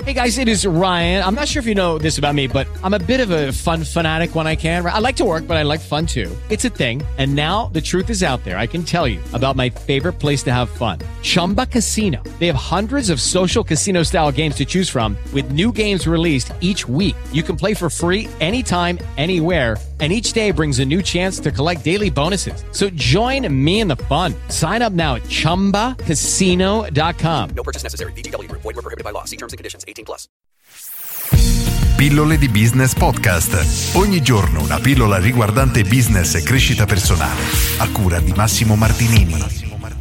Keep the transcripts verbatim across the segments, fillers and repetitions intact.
Hey guys, it is Ryan. I'm not sure if you know this about me, but I'm a bit of a fun fanatic when I can. I like to work, but I like fun too. It's a thing. And now the truth is out there. I can tell you about my favorite place to have fun. Chumba Casino. They have hundreds of social casino style games to choose from with new games released each week. You can play for free anytime, anywhere. And each day brings a new chance to collect daily bonuses. So join me in the fun. Sign up now at chumba casino dot com. No purchase necessary. V G W Group. Void where prohibited by law. See terms and conditions. eighteen plus. Pillole di Business Podcast. Ogni giorno una pillola riguardante business e crescita personale. A cura di Massimo Martinini.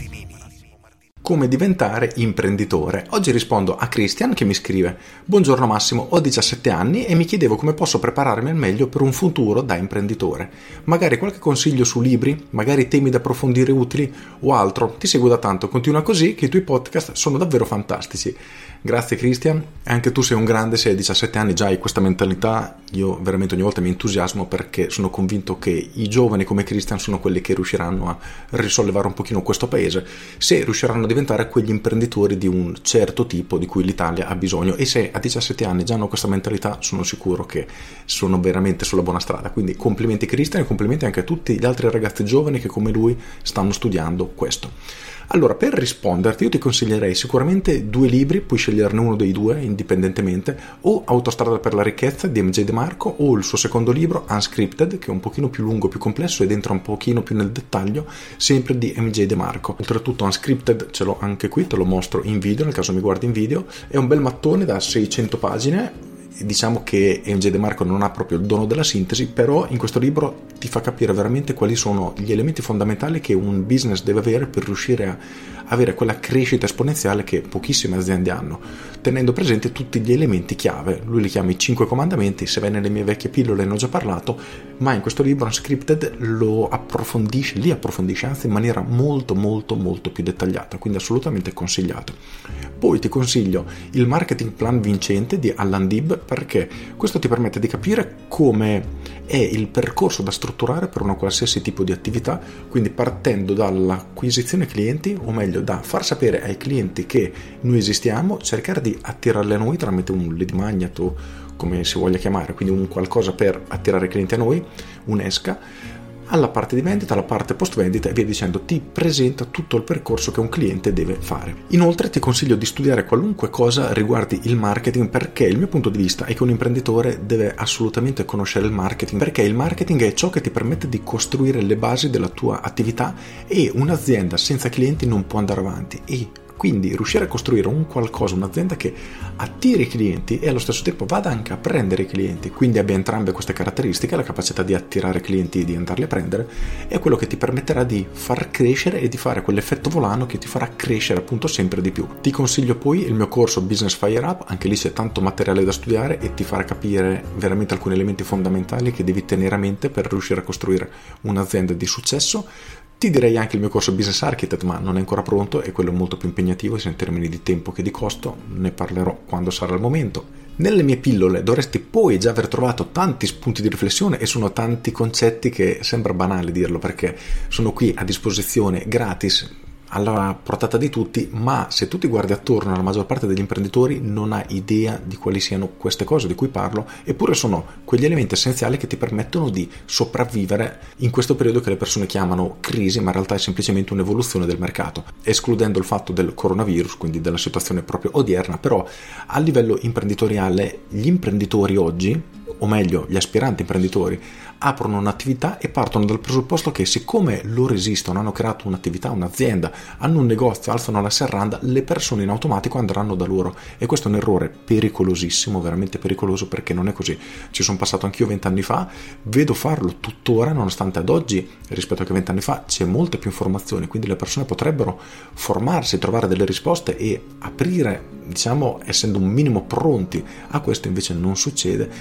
Come diventare imprenditore? Oggi rispondo a Christian che mi scrive: buongiorno Massimo, ho diciassette anni e mi chiedevo come posso prepararmi al meglio per un futuro da imprenditore. Magari qualche consiglio su libri, magari temi da approfondire utili o altro. Ti seguo da tanto, continua così che i tuoi podcast sono davvero fantastici. Grazie Christian, anche tu sei un grande, se hai diciassette anni già hai questa mentalità. Io veramente ogni volta mi entusiasmo perché sono convinto che i giovani come Christian sono quelli che riusciranno a risollevare un pochino questo paese, se riusciranno a diventare quegli imprenditori di un certo tipo di cui l'Italia ha bisogno, e se a diciassette anni già hanno questa mentalità sono sicuro che sono veramente sulla buona strada. Quindi complimenti Christian e complimenti anche a tutti gli altri ragazzi giovani che come lui stanno studiando questo. Allora, per risponderti io ti consiglierei sicuramente due libri, puoi sceglierne uno dei due indipendentemente, o Autostrada per la ricchezza di M J DeMarco o il suo secondo libro Unscripted, che è un pochino più lungo, più complesso ed entra un pochino più nel dettaglio, sempre di M J DeMarco. Oltretutto Unscripted ce l'ho anche qui, te lo mostro in video nel caso mi guardi in video, è un bel mattone da seicento pagine. Diciamo che M J DeMarco non ha proprio il dono della sintesi, però in questo libro ti fa capire veramente quali sono gli elementi fondamentali che un business deve avere per riuscire a avere quella crescita esponenziale che pochissime aziende hanno, tenendo presente tutti gli elementi chiave. Lui li chiama i cinque comandamenti, se vai nelle mie vecchie pillole ne ho già parlato, ma in questo libro Unscripted lo approfondisce, li approfondisce anzi in maniera molto molto molto più dettagliata, quindi assolutamente consigliato. Poi ti consiglio il Marketing Plan Vincente di Allan Dib, perché questo ti permette di capire come è il percorso da strutturare per una qualsiasi tipo di attività, quindi partendo dall'acquisizione clienti, o meglio da far sapere ai clienti che noi esistiamo, cercare di attirarli a noi tramite un lead magnet o come si voglia chiamare, quindi un qualcosa per attirare clienti a noi, un'esca, alla parte di vendita, alla parte post vendita e via dicendo. Ti presenta tutto il percorso che un cliente deve fare. Inoltre ti consiglio di studiare qualunque cosa riguardi il marketing, perché il mio punto di vista è che un imprenditore deve assolutamente conoscere il marketing, perché il marketing è ciò che ti permette di costruire le basi della tua attività, e un'azienda senza clienti non può andare avanti. E quindi riuscire a costruire un qualcosa, un'azienda che attiri i clienti e allo stesso tempo vada anche a prendere i clienti, quindi abbia entrambe queste caratteristiche, la capacità di attirare clienti e di andarli a prendere, è quello che ti permetterà di far crescere e di fare quell'effetto volano che ti farà crescere appunto sempre di più. Ti consiglio poi il mio corso Business Fire Up, anche lì c'è tanto materiale da studiare e ti farà capire veramente alcuni elementi fondamentali che devi tenere a mente per riuscire a costruire un'azienda di successo. Ti direi anche il mio corso Business Architect, ma non è ancora pronto e quello è molto più impegnativo sia in termini di tempo che di costo, ne parlerò quando sarà il momento. Nelle mie pillole dovresti poi già aver trovato tanti spunti di riflessione e sono tanti concetti che sembra banale dirlo, perché sono qui a disposizione gratis, alla portata di tutti, ma se tu ti guardi attorno, la maggior parte degli imprenditori non ha idea di quali siano queste cose di cui parlo, eppure sono quegli elementi essenziali che ti permettono di sopravvivere in questo periodo che le persone chiamano crisi, ma in realtà è semplicemente un'evoluzione del mercato, escludendo il fatto del coronavirus, quindi della situazione proprio odierna. Però a livello imprenditoriale gli imprenditori oggi, o meglio gli aspiranti imprenditori, aprono un'attività e partono dal presupposto che siccome loro esistono, hanno creato un'attività, un'azienda, hanno un negozio, alzano la serranda, le persone in automatico andranno da loro, e questo è un errore pericolosissimo, veramente pericoloso, perché non è così. Ci sono passato anch'io vent'anni fa, vedo farlo tuttora, nonostante ad oggi rispetto a che vent'anni fa c'è molta più informazione, quindi le persone potrebbero formarsi, trovare delle risposte e aprire, diciamo, essendo un minimo pronti a questo. Invece non succede, e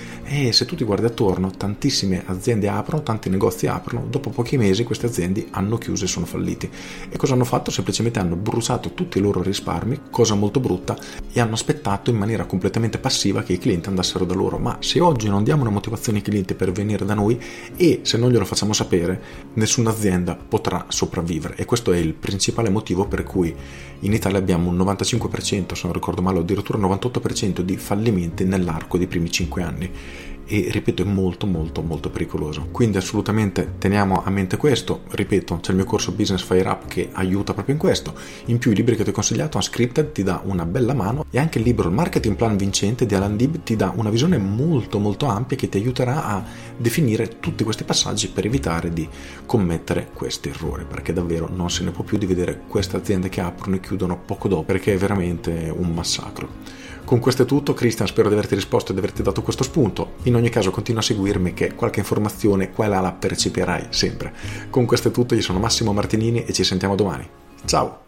E se tu ti guardi attorno, tantissime aziende aprono, tanti negozi aprono, dopo pochi mesi queste aziende hanno chiuso e sono falliti. E cosa hanno fatto? Semplicemente hanno bruciato tutti i loro risparmi, cosa molto brutta, e hanno aspettato in maniera completamente passiva che i clienti andassero da loro. Ma se oggi non diamo una motivazione ai clienti per venire da noi, e se non glielo facciamo sapere, nessuna azienda potrà sopravvivere. E questo è il principale motivo per cui in Italia abbiamo un novantacinque per cento, se non ricordo male, o addirittura un novantotto per cento di fallimenti nell'arco dei primi cinque anni. E ripeto, è molto molto molto pericoloso. Quindi assolutamente teniamo a mente questo. Ripeto, c'è il mio corso Business Fire Up che aiuta proprio in questo. In più i libri che ti ho consigliato, Unscripted ti dà una bella mano, e anche il libro Il Marketing Plan Vincente di Alan Dib ti dà una visione molto molto ampia che ti aiuterà a definire tutti questi passaggi per evitare di commettere questi errori, perché davvero non se ne può più di vedere queste aziende che aprono e chiudono poco dopo, perché è veramente un massacro. Con questo è tutto, Christian, spero di averti risposto e di averti dato questo spunto. In ogni caso continua a seguirmi, che qualche informazione qua e là la percepirai sempre. Con questo è tutto, io sono Massimo Martinini e ci sentiamo domani. Ciao!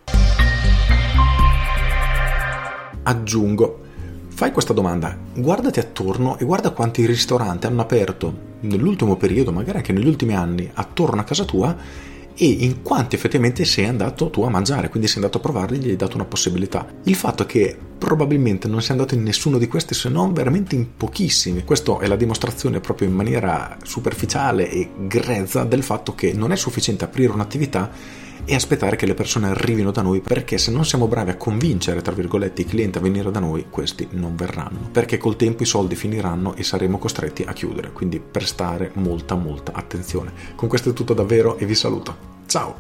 Aggiungo, fai questa domanda, guardati attorno e guarda quanti ristoranti hanno aperto nell'ultimo periodo, magari anche negli ultimi anni, attorno a casa tua, e in quanti effettivamente sei andato tu a mangiare, quindi sei andato a provarli e gli hai dato una possibilità. Il fatto è che probabilmente non sei andato in nessuno di questi, se non veramente in pochissimi. Questo è la dimostrazione proprio in maniera superficiale e grezza del fatto che non è sufficiente aprire un'attività e aspettare che le persone arrivino da noi, perché se non siamo bravi a convincere, tra virgolette, i clienti a venire da noi, questi non verranno, perché col tempo i soldi finiranno e saremo costretti a chiudere. Quindi prestare molta molta attenzione. Con questo è tutto davvero e vi saluto. Ciao!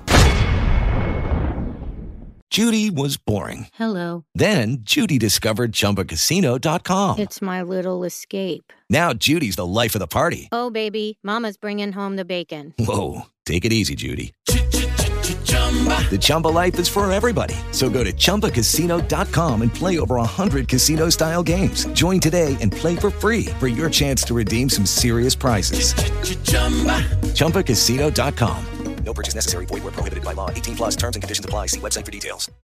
Judy was boring. Hello. Then Judy discovered Chumba Casino dot com. It's my little escape. Now Judy's the life of the party. Oh, baby, mama's bringing home the bacon. Whoa, take it easy, Judy. The Chumba life is for everybody. So go to Chumba Casino dot com and play over one hundred casino-style games. Join today and play for free for your chance to redeem some serious prizes. Chumba Casino dot com. No purchase necessary. Void where prohibited by law. eighteen plus terms and conditions apply. See website for details.